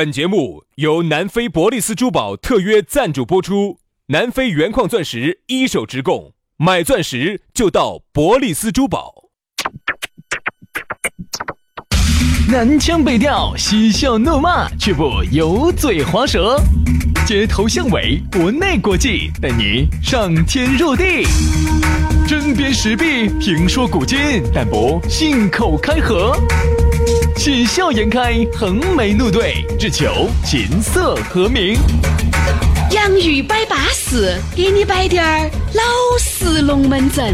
本节目由南非伯利斯珠宝特约赞助播出，南非原矿钻石一手直供，买钻石就到伯利斯珠宝。 南腔北调，嬉笑怒骂，却不油嘴滑舌，街头巷尾，国内国际，带你上天入地，针砭时弊，评说古今，但不信口开河，喜笑颜开，横眉怒对，只求琴瑟和鸣。 洋芋摆巴士，给你摆点儿老式龙门阵。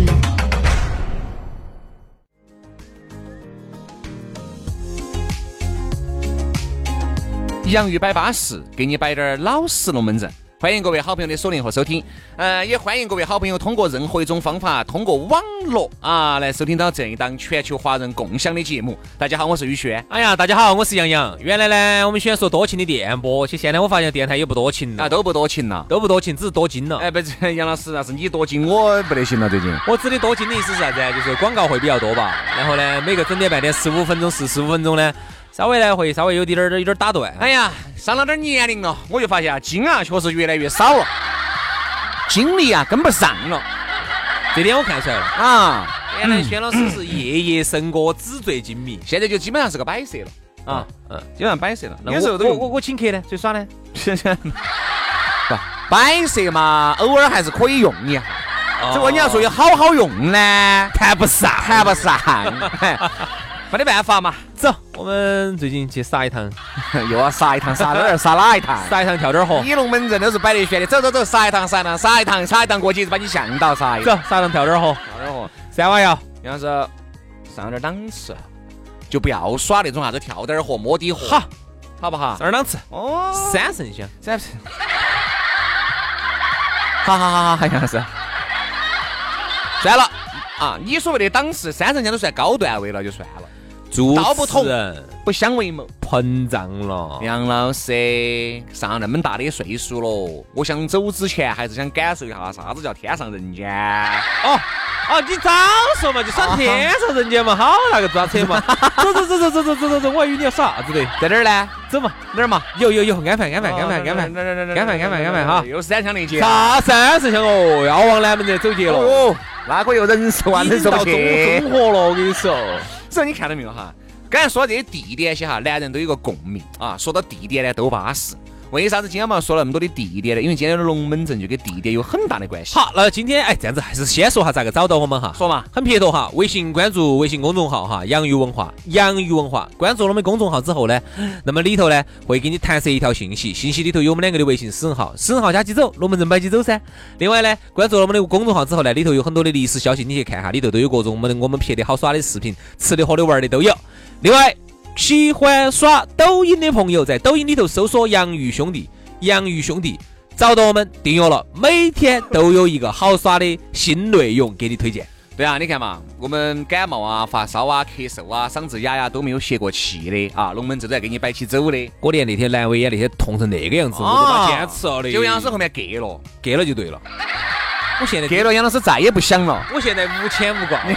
洋芋摆巴士，给你摆点老实龙门阵。欢迎各位好朋友的锁定和收听，也欢迎各位好朋友通过任何一种方法，通过网络来收听到这一档全球华人共享的节目。大家好，我是宇轩。 哎呀，大家好，我是杨洋。原来呢，我们喜欢说多情的电波，其实现在我发现电台也不多情了， 都不多情了， 都不多情，只是多金了。 哎，不是杨老师，那是你多金，我不得行了最近。 我指的多金的意思是啥子？就是广告会比较多吧，然后呢，每个整点半点15分钟、45分钟呢。稍微呢会稍微有点打断。 哎呀，上了点年龄了，我就发现精确实越来越少了，精力跟不上了。 这点我看出来了啊。原来轩老师是夜夜笙歌，纸醉金迷， 现在就基本上是个摆设了基本上摆设了。 有时候我请客呢，谁耍呢？ 不摆设嘛，偶尔还是可以用一下。这个你要说有好好用呢，谈不上。没得办法嘛， 走，我们最近去撒一趟， 又要撒一趟，撒哪儿？撒哪一趟？ 撒一趟跳点河。 你龙门阵都是摆得悬的，走，撒一趟过去，把你向导撒一趟。 走，撒一趟跳点河。三娃摇， 要是上点档次，就不要耍那种啥子跳点河、摸底河，好不好？ 上点档次。 哦， 三圣香， 好，好像是。算了啊，你所谓的档次，三圣香都算高段位了，就算了。道不同，不相为谋， 膨胀了。 杨老师上那么大的岁数了，我想走之前还是想感受一下啥子叫天上人间。 哦，你早说嘛，就耍天上人间嘛，好那个抓扯嘛。走，我还以为你要耍啥子的， 在哪儿呢？ 走嘛， 哪儿嘛？ 有，安排哈。 又是三枪那节。 啥三圣香哦，要往南门这走节了。 哦，那个又忍受忍受不起。 综合了，我跟你说。 所以你看到没有哈？刚才说这些地点些哈，男人都有个共鸣啊。说到地点呢，都巴适。为啥子今天我们说了那么多的地点呢？因为今天的龙门阵就跟地点有很大的关系。 好，那今天这样子还是先说下咋个找到我们哈。 说嘛， 很撇脱哈。微信关注微信公众号哈，洋芋文化。关注了我们公众号之后呢，那么里头呢会给你弹射一条信息里头有我们两个的微信私人号加起走，龙门阵摆起走噻。另外呢，关注了我们的公众号之后呢，里头有很多的历史消息，你去看哈，里头都有各种我们拍的好耍的视频，吃的喝的玩的都有。另外，喜欢耍抖音的朋友，在抖音里头搜索洋芋兄弟，找到我们订阅了，每天都有一个好耍的新内容给你推荐。 对啊，你看嘛，我们感冒啊、发烧啊、咳嗽啊、嗓子哑呀都没有歇过气的啊，龙门阵都在给你摆起走的。 过年那天阑尾炎那天痛成那个样子，我都把坚持了的。 就杨老师后面给了就对了。我现在给了，杨老师再也不想了。 我现在无牵无挂，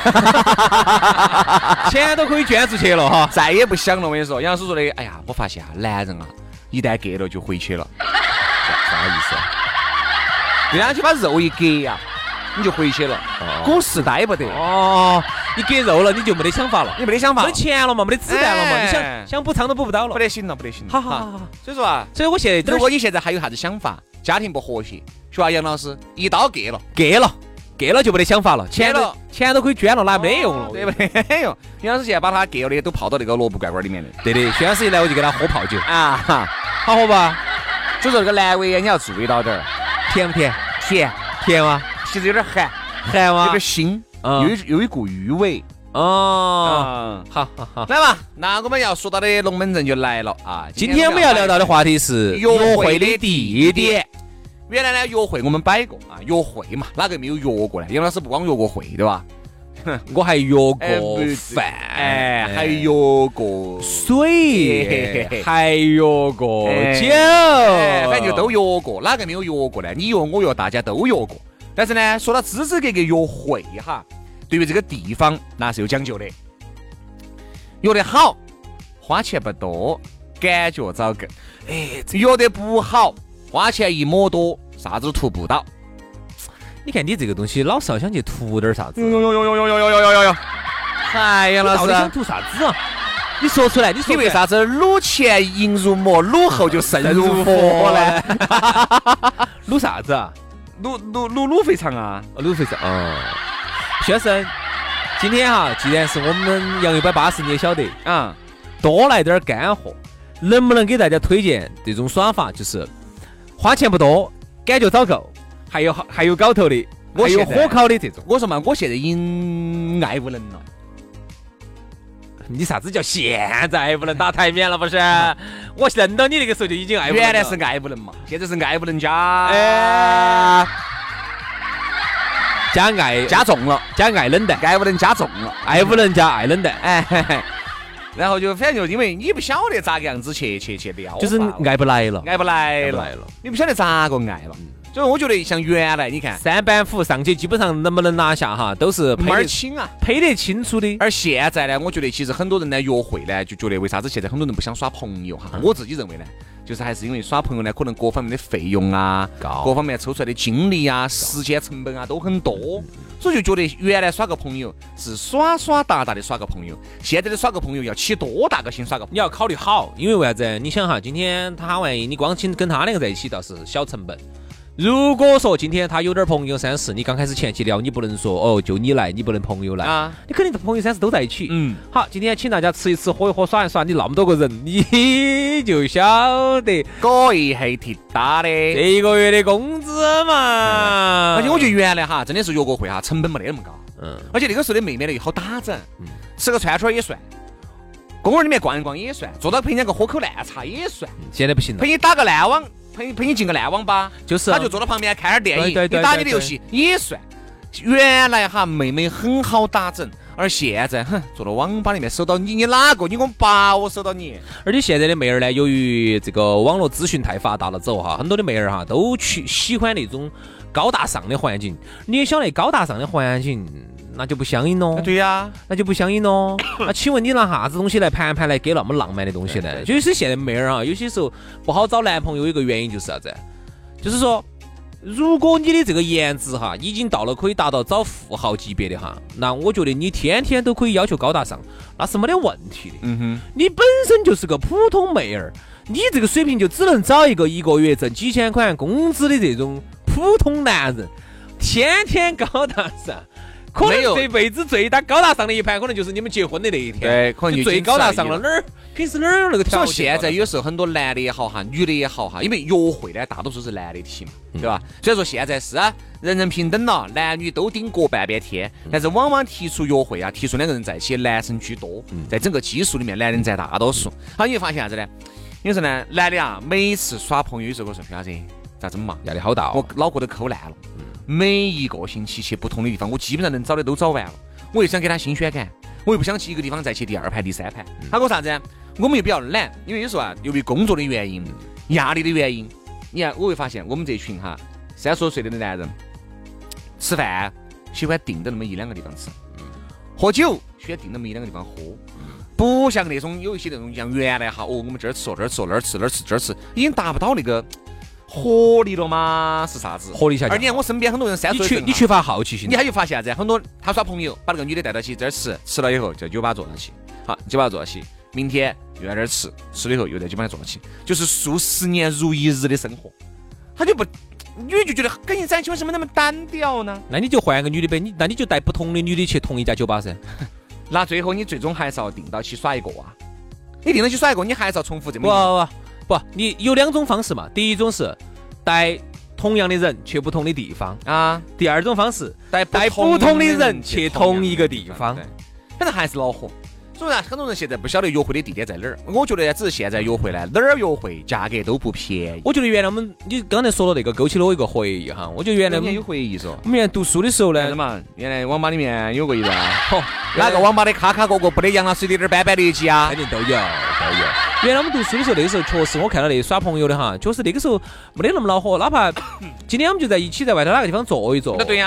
钱都可以捐出去了哈， 再也不想了。我跟你说，杨老师说的，哎呀，我发现男人啊，一旦给了就回去了。啥意思？对啊，就把肉一割呀，你就回去了，股市待不得。 哦，你割肉了，你就没得想法了， 你没得想法， 没钱了嘛，没得子弹了嘛，你想补仓都补不到了， 不得行了。 好。 所以说啊， 所以我现在， 如果你现在还有啥子想法，家庭不和谐，学杨老师一刀割了就没得想法了，钱都可以捐了，哪没用了， 对不对？杨老师现在把他割了的都泡到那个萝卜罐罐里面的。 对的，薛老师一来我就给他喝泡酒啊， 好喝吧？ 所以说这个阑尾炎你要注意到点儿， 甜不甜？甜吗？ 其实有点寒吗？ 有点腥，有一股余味。 好， 来嘛，那我们要说到的龙门阵就来了啊！ 今天我们要聊到的话题是约会的地点。 原来呢，约会我们摆过啊，约会嘛，哪个没有约过呢？杨老师不光约过会，对吧？ 我还约过饭， 还约过水，还约过酒， 反正就都约过。哪个没有约过呢？你约我约，大家都约过。但是呢，说到支支格格约会哈，对于这个地方那是有讲究的。约得好，花钱不多，感觉找够。 约得不好，花钱一抹多，啥子都图不到。 你看你这个东西，老是要想去图点啥子？ 哟！哎呀，老师， 到底想图啥子啊？你说出来， 你为啥子卤前银入魔，卤后就肾入佛呢？ 卤啥子啊？ 卤肥肠啊？ 卤肥肠。哦，先生，今天哈，既然是我们洋芋摆巴士，你也晓得啊，多来点干货，能不能给大家推荐这种耍法？就是花钱不多，感觉找够，还有搞头的，还有火烤的这种。 我说嘛，我现在已经爱无能了。 你啥子叫现在爱不能打台面了不是？我认到你那个时候就已经爱不能了。 原来是爱不能嘛，现在是爱不能加加爱加重了， 加爱冷淡， 爱不能加重了， 爱不能加爱冷淡。 哎，然后就反正就因为你不晓得咋个样子去撩， 就是爱不来了， 你不晓得咋个爱了。所以我觉得像原来你看三板斧上去基本上能不能拿下哈，都是门儿清啊， 配得清楚的。 而现在呢，我觉得其实很多人呢约会呢，就觉得为啥子现在很多人不想耍朋友哈？我自己认为呢，就是还是因为耍朋友呢，可能各方面的费用啊，各方面抽出来的精力啊、时间成本啊都很多，所以就觉得原来耍个朋友是耍打的耍个朋友，现在的耍个朋友要起多大个心耍个朋友？ 你要考虑好，因为为啥子？你想哈，今天他万一你光跟他两个在一起倒是小成本。如果说今天他有点朋友3-4，你刚开始前期聊，你不能说哦就你来，你不能朋友来啊，你肯定朋友3-4都在一起。好，今天请大家吃一吃，喝一喝，耍一耍，你那么多个人，你就晓得过一黑铁打的这一个月的工资嘛。 而且我觉得原来哈真的是约个会哈，成本没得那么高。而且那个时候的妹妹呢又好打整，吃个串串也算，公园里面逛一逛也算，坐到陪人家个喝口烂茶也算。 现在不行了， 陪你打个烂网。陪你进个烂网吧， 就是他就坐到旁边看点电影，你打你的游戏也算。原来哈妹妹很好打整，而现在坐到网吧里面搜到你哪个？你给我把我搜到你。 而且现在的妹儿呢，由于这个网络资讯太发达了之后哈，很多的妹儿哈都去喜欢那种高大上的环境。你也晓得高大上的环境，那就不相应咯。 对呀， 那就不相应咯。那请问你拿啥子东西来盘来给那么浪漫的东西呢？就是现在妹儿啊，有些时候不好找男朋友，有一个原因就是啥子？就是说，如果你的这个颜值哈已经到了可以达到找富豪级别的哈，那我觉得你天天都可以要求高大上，那是没得问题的。你本身就是个普通妹儿，你这个水平就只能找一个月挣几千块工资的这种普通男人，天天高大上。可能这辈子最高大上的一盘，可能就是你们结婚的那一天。 对，可能就最高大上了。哪儿平时哪儿那个条件？ 所以现在有时候很多男的也好哈，女的也好哈，因为约会呢大多数是男的提嘛，对吧？所以说现在是人人平等了，男女都顶过半边天。但是往往提出约会啊，提出两个人在一起，男生居多，在整个基数里面，男人占大多数。好，你会发现啥子呢？有时候呢，男的啊，每次耍朋友有时候我说啥子？咋整嘛？ 压力好大哦， 我脑壳都抠烂了。每一个星期去不同的地方，我基本上能找的都找完了。我又想给他新鲜感，我又不想去一个地方再去第二盘、第三盘。他给我啥子？我们又比较懒，因为有时候啊，由于工作的原因、压力的原因，你看我会发现我们这群哈30多岁的男人，吃饭喜欢定到那么1-2个地方吃，喝酒喜欢定那么1-2个地方喝，不像那种有一些那种像原来哈我们这儿吃这儿吃那儿吃那儿吃这儿吃，已经达不到那个。活力了吗？是啥子？ 活力下降。 而你看我身边很多人30岁， 你缺乏好奇心。 你还有发现啥子？很多他耍朋友，把那个女的带到起这儿吃了以后，在酒吧坐到起，好，酒吧坐到起，明天又在这儿吃了以后又在酒吧坐到起，就是数十年如一日的生活，他就不，女就觉得跟你在一起为什么那么单调呢？ 那你就换个女的呗，那你就带不同的女的去同一家酒吧噻。 那最后你最终还是要定到起耍一个啊，你定到起耍一个，你还是要重复这么不，你有2种方式嘛。第一种是带同样的人去不同的地方啊，第二种方式带不同的人去同一个地方， 反正还是恼火。所以呢，很多人现在不晓得约会的地点在哪儿。我觉得呢，只是现在约会呢，哪儿约会价格都不便宜。 我觉得原来你刚才说了那个，勾起了我一个回忆哈。我觉得原来我们有回忆说， 我们原来读书的时候呢， 原来网吧里面有过一段，哪个网吧的卡个个不得杨老师的点板板的机啊？ 肯定都有。原来我们读书的时候，那个时候确实我看到那耍朋友的哈，确实那个时候没得那么恼火，哪怕今天我们就在一起在外头哪个地方坐一坐。 对呀。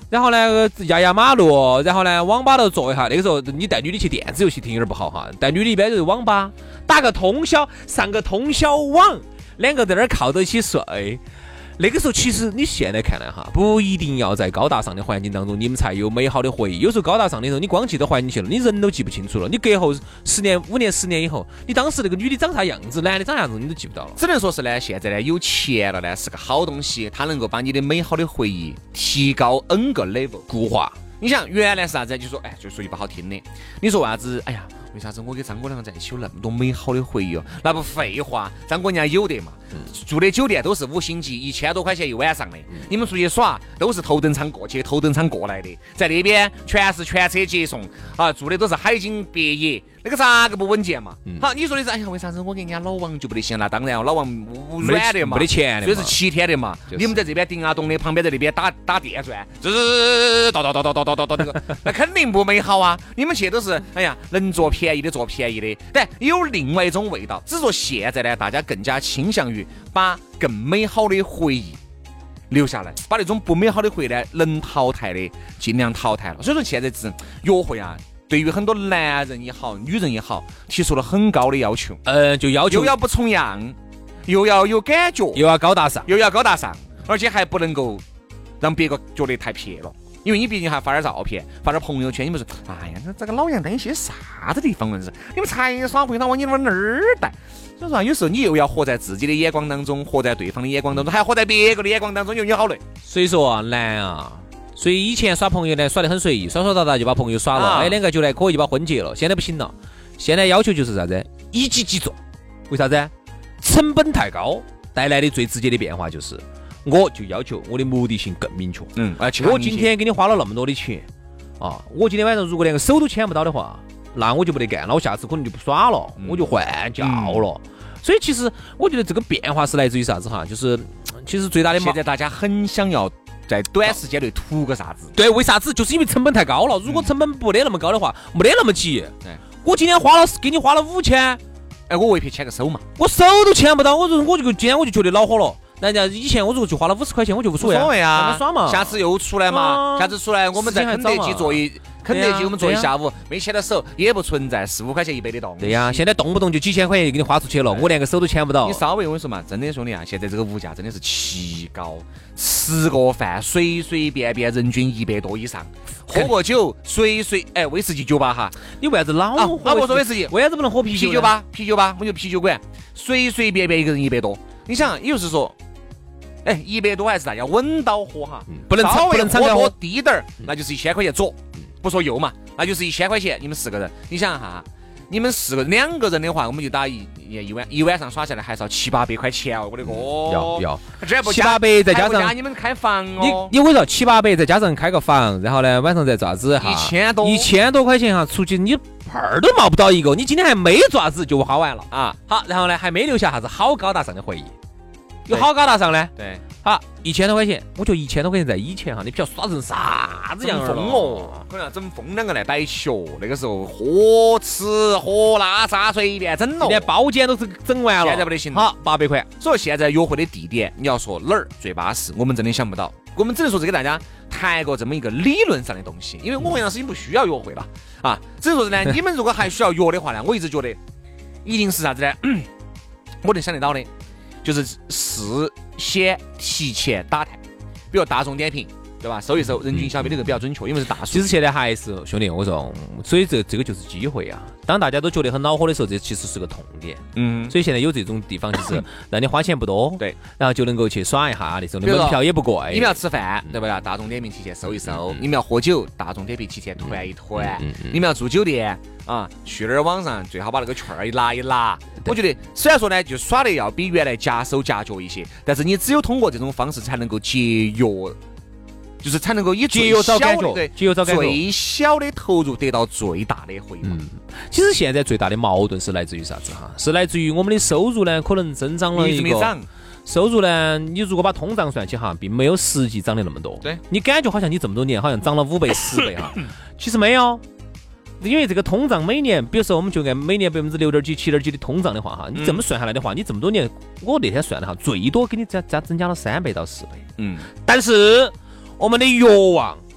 然后呢压压马路，然后呢网吧头坐一下。那个时候你带女的去电子游戏厅有点不好哈，带女的一般就是网吧打个通宵，上个通宵网，两个在那儿靠着一起睡。那个时候其实你现在看来哈，不一定要在高大上的环境当中，你们才有美好的回忆。有时候高大上的时候，你光记得环境去了，你人都记不清楚了。你隔后10年、5年、10年以后，你当时那个女的长啥样子，男的长啥样子，你都记不到了。 只能说是呢，现在呢有钱了呢是个好东西，它能够把你的美好的回忆提高 N 个 level 固化。 你想原来是啥子？就说就说句不好听的，你说为啥子？哎呀，为啥子我跟张哥两个在一起有那么多美好的回忆哦？那不废话，张哥人家有的嘛，住的酒店都是5星级，1000多块钱一晚上的。你们出去耍都是头等舱过去，头等舱过来的，在那边全是全车接送啊，住的都是海景别野，那个咋个不稳健嘛？好，你说的是，哎呀，为啥子我跟人家老王就不得行？那当然，老王软的嘛， 没得钱的， 所以是7天的嘛。你们在这边顶啊咚的，旁边在那边打电钻，叨，那肯定不美好啊！你们去都是，哎呀，能做便宜的做便宜的，但有另外一种味道。只是说现在呢，大家更加倾向于把更美好的回忆留下来，把那种不美好的回忆呢，能淘汰的尽量淘汰了。所以说现在是约会啊，对于很多男人也好，女人也好，提出了很高的要求。 就要求又要不重样，又要有感觉， 又要高大上， 而且还不能够让别个觉得太撇了。因为你毕竟还发点照片，发点朋友圈，你们说，哎呀，这个老杨担些啥子地方是？你们才耍回他往你往哪儿带？所以说有时候你又要活在自己的眼光当中，活在对方的眼光当中，还要活在别个的眼光当中，你好累。 所以说啊，难啊。所以以前耍朋友呢，耍得很随意，耍打就把朋友耍了，两个就来可以就把婚结了。现在不行了，现在要求就是啥子？一击即中。为啥子？成本太高，带来的最直接的变化就是。我就要求我的目的性更明确。我今天给你花了那么多的钱啊，我今天晚上如果连个手都牵不到的话，那我就不得干了，我下次可能就不耍了，我就换教了。所以其实我觉得这个变化是来自于啥子哈？就是其实最大的现在大家很想要在短时间内图个啥子？ 对，为啥子？就是因为成本太高了。如果成本不得那么高的话，没得那么急。 对， 我今天给你花了5000， 我为撇牵个手嘛， 我手都牵不到，我就今天我就觉得恼火了。人家以前我如果就花了50块钱，我就无所谓啊， 耍嘛， 下次又出来嘛，下次出来我们在肯德基我们坐一下午，没牵到手也不存在4-5块钱一杯的东西。 对呀，现在动不动就几千块钱给你花出去了，我连个手都牵不到。 你稍微我跟你说嘛，真的兄弟啊，现在这个物价真的是奇高，吃个饭随随便便人均100多以上，喝个酒威士忌酒吧哈， 你为啥子老喝？ 我说威士忌， 为啥子不能喝啤酒吧？啤酒吧，我就啤酒馆，随随便便一个人100多。你想，也就是说。100多还是大家稳到喝哈， 不能喝低点儿，那就是1000块钱左，不说右嘛，那就是1000块钱。你们4个人，你想哈，你们2个人的话，我们就打一晚上耍下来还是要700-800块钱哦，我的哥！ 要这不 700-800再加上你们开房哦， 你我说700-800再加上开个房，然后呢晚上再咋子哈，1000多块钱哈，出去你盆儿都冒不到一个，你今天还没爪子就花完了啊！好，然后呢还没留下啥子好高大上的回忆。有好高大上呢？ 对， 好1000多块钱，我觉得1000多块钱在以前哈，你不晓得耍成啥子样疯哦，可能要整疯2个来摆起哦。那个时候喝吃喝拉撒随便整了， 连包间都是整完了， 现在不得行。 好，800块。 所以现在约会的地点，你要说哪儿最巴适，我们真的想不到。我们只能说是给大家谈过这么一个理论上的东西，因为我们杨师已经不需要约会了啊。只能说是呢，你们如果还需要约的话呢，我一直觉得一定是啥子呢？我能想得到的。就是事先提前打探，比如大众点评，对吧？搜一搜人均消费这个比较准确，因为是大数。 其实现在还是兄弟，我说，所以这个就是机会啊。当大家都觉得很恼火的时候，这其实是个痛点。所以现在有这种地方，就是让你花钱不多， 对， 然后就能够去耍一下，那时候的门票也不贵。 你们要吃饭，对不对？大众点评提前搜一搜；你们要喝酒，大众点评提前团一团；你们要住酒店啊，去那儿网上最好把那个券一拿。我觉得虽然说呢，就耍的要比原来夹手夹脚一些，但是你只有通过这种方式才能够节约，就是才能够以节约找感觉， 最小的投入得到最大的回报。 其实现在最大的矛盾是来自于啥子哈？是来自于我们的收入呢，可能增长了一个收入呢，你如果把通胀算起哈，并没有实际涨得那么多。 对， 你感觉好像你这么多年好像涨了5倍、10倍哈，其实没有。因为这个通胀每年，比如说我们就按每年6.几、7.几的通胀的话哈，你这么算下来的话，你这么多年，我那天算的哈，最多给你增加了3倍到4倍。但是我们的欲望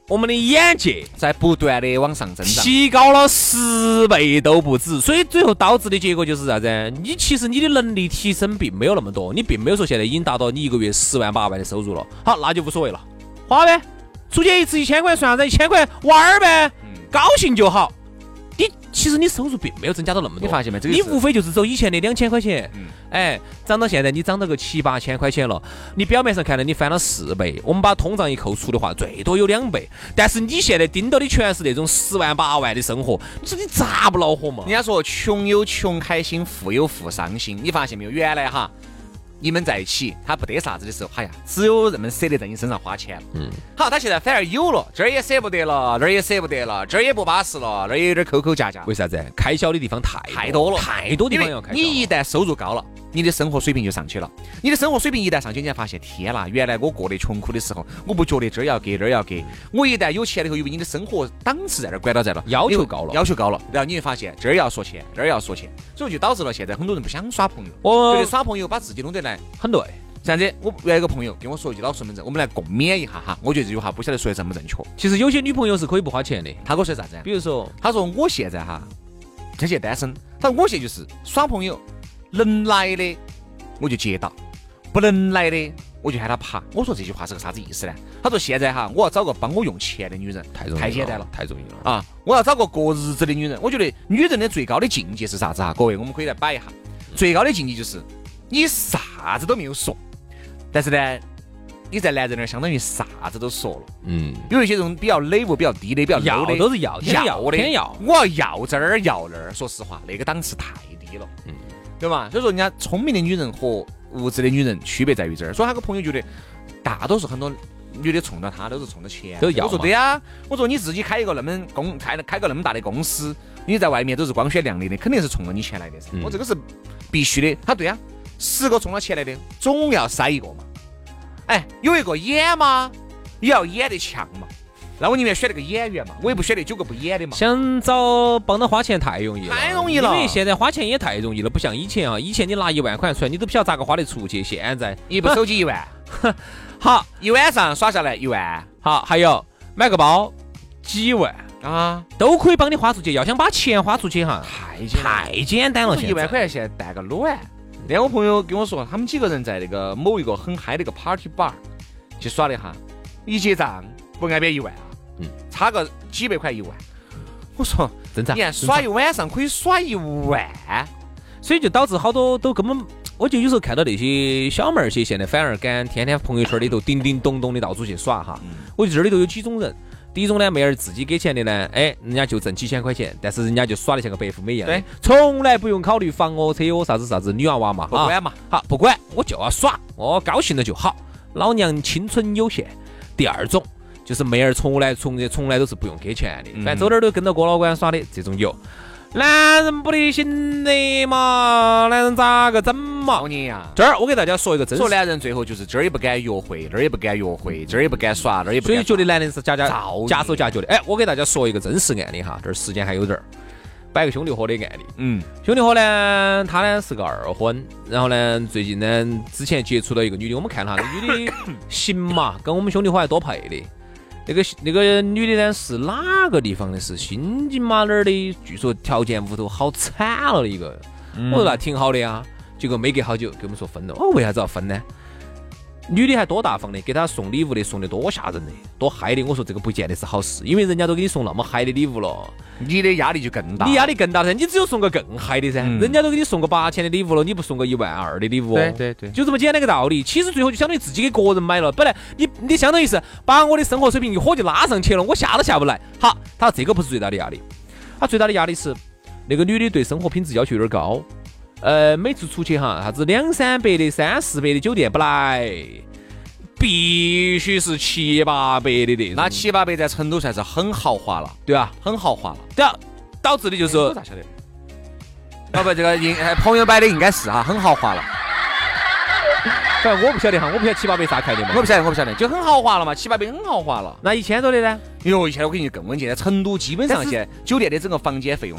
我们的眼界在不断的往上增长， 提高了10倍都不止，所以最后导致的结果就是啥子？其实你的能力提升并没有那么多，你并没有说现在已经达到你一个月10万8万的收入了。好，那就无所谓了，花呗，出去一次1000块算啥子？1000块玩呗，高兴就好。其实你收入并没有增加到那么多， 你发现没？ 你无非就是走以前的2000块钱，涨到现在你涨到个7、8千块钱了，你表面上看到你翻了4倍，我们把通胀一扣除的话，最多有2倍，但是你现在盯到的全是那种10万8万的生活，你说你咋不恼火嘛？ 人家说穷有穷开心，富有富伤心，你发现没有？原来哈。你们在一起，他不得啥子的时候，哎呀，只有人们舍得在你身上花钱。好，他现在反而有了，这儿也舍不得了，那儿也舍不得了，这儿也不巴适了，那儿也有点抠抠夹夹。 为啥子？开销的地方太多了，太多地方要开销。 你一旦收入高了，你的生活水平就上去了。你的生活水平一旦上去，你才发现，天啦，原来我过得穷苦的时候，我不觉得这儿要给那儿要给。我一旦有钱了以后，因为你的生活档次在那儿拐到在了， 要求高了， 然后你会发现这儿要说钱，那儿要说钱，所以就导致了现在很多人不想耍朋友，觉得耍朋友把自己弄得来很累。 这样子，我有一个朋友跟我说一句老实门子，我们来共勉一下哈。我觉得这句话不晓得说的正不正确。 其实有些女朋友是可以不花钱的。 他跟我说啥子？ 比如说， 他说我现在哈，现在单身，他说我现在就是耍朋友，能来的我就接到，不能来的我就喊他爬。我说这句话是个啥子意思呢？他说现在哈，我要找个帮我用钱的女人，太简单了， 太容易了啊！我要找个过日子的女人。我觉得女人的最高的境界是啥子哈？各位，我们可以来摆一下。最高的境界就是你啥子都没有说。但是呢，你在男人那儿相当于啥子都说了，有一些这种比较累物、比较低的、比较 low 的， 都是要的，天要， 我要这儿要那儿。说实话，那个档次太低了，对吧？所以说，人家聪明的女人和无知的女人区别在于这儿。所以他个朋友觉得，大多数很多女的冲到他都是冲着钱， 都要。 我说对呀，我说你自己开个那么开个那么大的公司，你在外面都是光鲜亮丽的，肯定是冲着你钱来的噻。我这个是必须的。他对呀。10个冲了钱来的，总要塞一个嘛。哎，有一个演嘛，也要演得强嘛。那我宁愿选那个演员嘛，我也不选那9个不演的嘛。 想找帮他花钱太容易了， 太容易了。 因为现在花钱也太容易了，不像以前啊。以前你拿1万块出来，你都不晓得咋个花得出去。现在一部手机1万， 好， 一晚上耍下来1万。 好，还有买个包几万啊， 都可以帮你花出去。要想把钱花出去哈，太简单了。 1万块钱现在带个卵。那我朋友跟我说，他们几个人在那个某一个很嗨的一个 party bar 去耍了一下，一结账不挨边1万啊，差个几百块1万。我说正常， 你看耍一晚上可以耍1万， 所以就导致好多都根本，我就有时候看到那些小妹儿些现在反而敢天天朋友圈里头叮叮咚咚的到处去耍哈。我就这里头有几种人。第一种呢，妹儿自己给钱的呢，人家就挣几千块钱，但是人家就耍得像个白富美一样的，从来不用考虑房哦、车哦、啥子女娃娃嘛， 不管嘛， 好不管，我就要耍，我高兴了就好，老娘青春有限。第二种就是妹儿从来都是不用给钱的，反正走哪儿都跟着郭老倌耍的，这种有。男人不得行的嘛，男人咋个整嘛？ 你呀， 这儿我给大家说一个真实， 说男人最后就是这儿也不敢约会，那儿也不敢约会，这儿也不敢耍，那儿也不敢。 所以觉得男人是夹手夹脚的。我给大家说一个真实案例哈，这儿时间还有点儿，摆个兄弟伙的案例。兄弟伙呢，他呢是个2婚，然后呢最近呢之前接触了一个女的，我们看哈，那女的行嘛，跟我们兄弟伙还多配的。那个女的呢是哪个地方的？是新津嘛哪儿的？据说条件屋头好惨了的一个。我说那挺好的呀，结果没隔好久给我们说分了。为啥子要分呢？女的还多大方的，给他送礼物的送的多吓人的，多嗨的。我说这个不见得是好事，因为人家都给你送那么嗨的礼物了， 你的压力就更大。 你压力更大噻，你只有送个更嗨的噻。人家都给你送个8000的礼物了，你不送个12000的礼物？ 对， 就这么简单个道理。其实最后就相当于自己给个人买了，本来你相当于是把我的生活水平一火就拉上去了，我下都下不来。好，他这个不是最大的压力，他最大的压力是那个女的对生活品质要求有点高。每次出去哈，啥子200-300的、300-400的酒店不来。必须是700-800的那种， 那700-800在成都算是很豪华了， 对啊， 很豪华了。 对啊，导致的就是我咋晓得？不，这个朋友摆的应该是哈，很豪华了。 反正我不晓得哈，我不晓得700-800啥开的嘛， 我不晓得，就很豪华了嘛，700-800很豪华了。 那1000多的呢？ 哟，1000我跟你更稳健，在成都基本上现在酒店的整个房间费用哈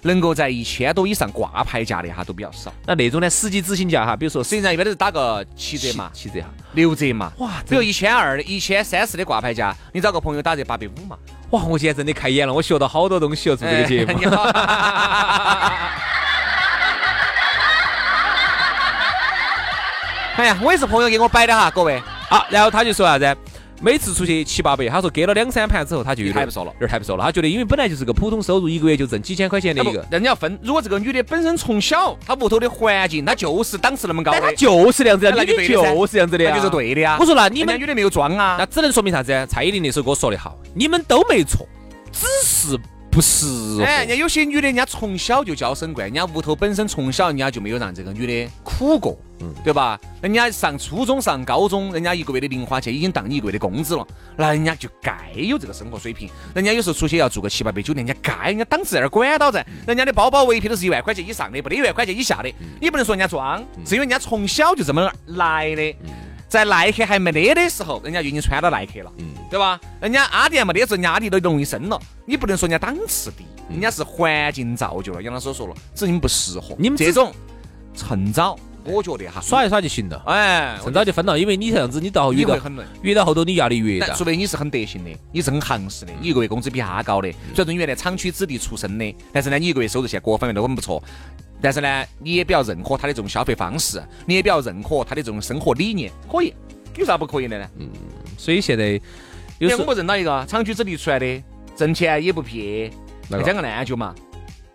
能够在1000多以上挂牌价的哈都比较少。 那种呢，实际执行价哈，比如说实际上一般都是打个7折嘛 ，7折哈 ，6折嘛。 哇， 比如1200的、1300的挂牌价，你找个朋友打折850嘛。 哇，我现在真的开眼了，我学到好多东西哦，做这个节目。 你好。哎呀，我也是朋友给我摆的哈，各位。 好，然后他就说啥子？每次出去7、8百，他说给了2-3盘之后，他就有点太不说了， 有点太不说了。他觉得因为本来就是个普通收入，一个月就挣几千块钱的一个。 人家要分，如果这个女的本身从小她屋头的环境，她就是档次那么高的， 他就是这样子的， 那就对的噻， 就是这样子的， 那就是对的呀。 我说那你们女的没有装啊， 那只能说明啥子？蔡依林那首歌说得好，你们都没错，只是不适合。 哎，人家有些女的，人家从小就娇生惯，人家屋头本身从小人家就没有让这个女的苦过，对吧？人家上初中、上高中，人家一个月的零花钱已经当你一个月的工资了，那人家就该有这个生活水平。人家有时候出去要住个7、800酒店，人家该，人家档次在那儿管到在，人家的包包围皮都是1万块钱以上的，不得1万块钱以下的，你不能说人家装，是因为人家从小就这么来的。在耐克还没得的时候，人家就已经穿到耐克了，对吧？人家阿迪没得时候，人家阿迪都容易升了。你不能说人家档次低，人家是环境造就了。杨老师说了，只是你们不适合。你们这种趁早，我觉得哈， 耍一耍就行了。 哎， 趁早就分了，因为你这样子，你到越到后头，你压力越大。 除非你是很德行的，你是很行实的，你一个月工资比他高的，虽然说你原来厂区子弟出身的，但是呢，你一个月收入现在各方面都很不错。但是呢，你也比较认可他的这种消费方式，你也比较认可他的这种生活理念，可以，有啥不可以的呢？ 所以现在有时候我认到一个厂区子弟出来的，挣钱也不撇，再讲个烂酒嘛，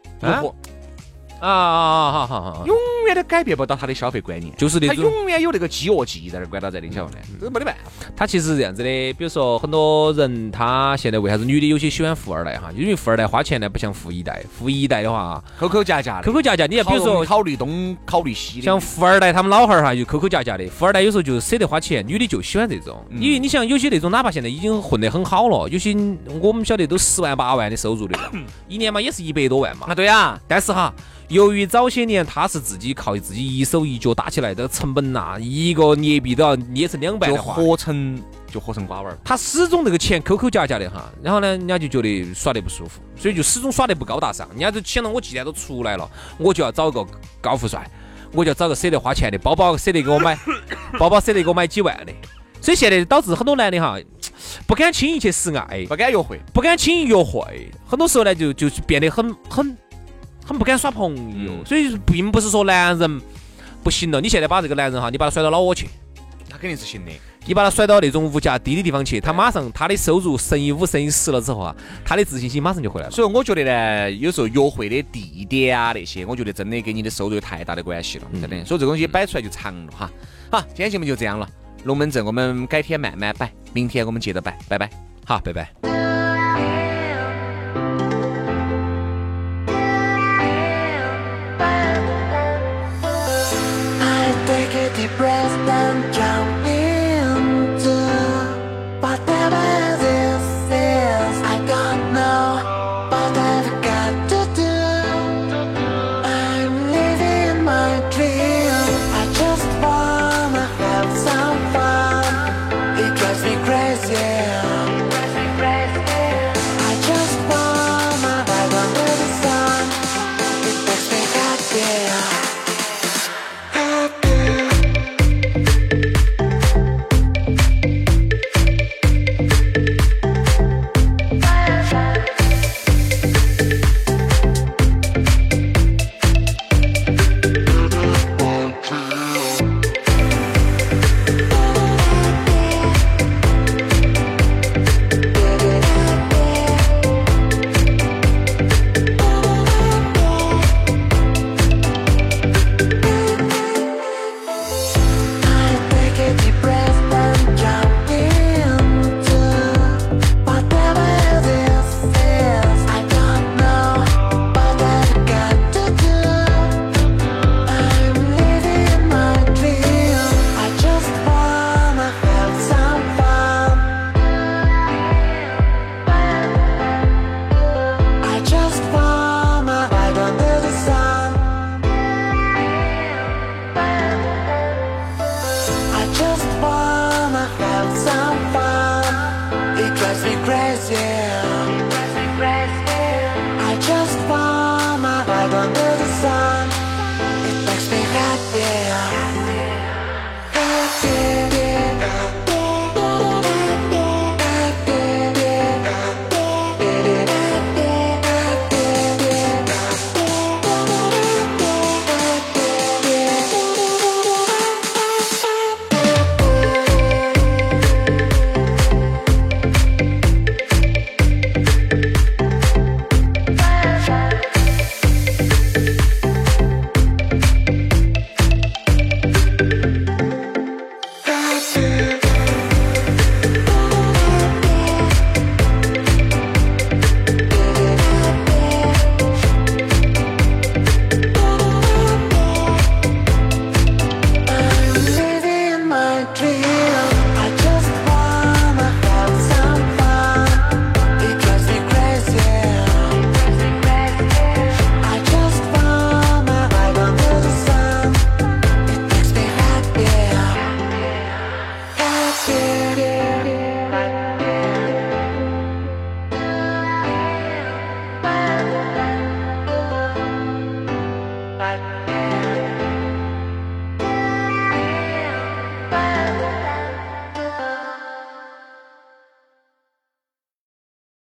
好， 永远都改变不到他的消费观念， 就是那种他永远有那个饥饿记忆在那管到在，你晓得呢？这没得办法。 他其实是这样子的，比如说很多人他现在为啥子女的有些喜欢富二代哈？因为富二代花钱呢不像富一代，富一代的话抠抠夹夹， 你看比如说考虑东考虑西的， 像富二代他们老汉儿哈就抠抠夹夹的，富二代有时候就舍得花钱，女的就喜欢这种，因为你想有些那种哪怕现在已经混得很好了，有些我们晓得都10万8万的收入的了，一年嘛也是100多万嘛。 啊对啊， 但是哈。由于早些年他是自己靠自己一手一脚打起来的成本呐，一个捏币都要捏成200的话， 就活成瓜娃儿。 他始终这个钱抠抠夹夹的哈，然后呢，人家就觉得耍得不舒服，所以就始终耍得不高大上。人家就想到我既然都出来了，我就要找个高富帅，我就要找个舍得花钱的，包包舍得给我买，包包舍得给我买几万的。所以现在导致很多男的哈，不敢轻易去示爱， 不敢约会， 不敢轻易约会，很多时候呢就变得很不敢耍朋友，所以并不是说男人不行了。你现在把这个男人哈，你把他甩到老挝去， 他肯定是行的。 你把他甩到那种物价低的地方去，他马上他的收入乘以5乘以10了之后啊，他的自信心马上就回来了。 所以我觉得呢，有时候约会的地点啊那些，我觉得真的跟你的收入有太大的关系了，真的。所以这个东西摆出来就长了哈。好，今天节目就这样了，龙门阵我们改天慢慢摆，明天我们接着摆，拜拜。 好，拜拜。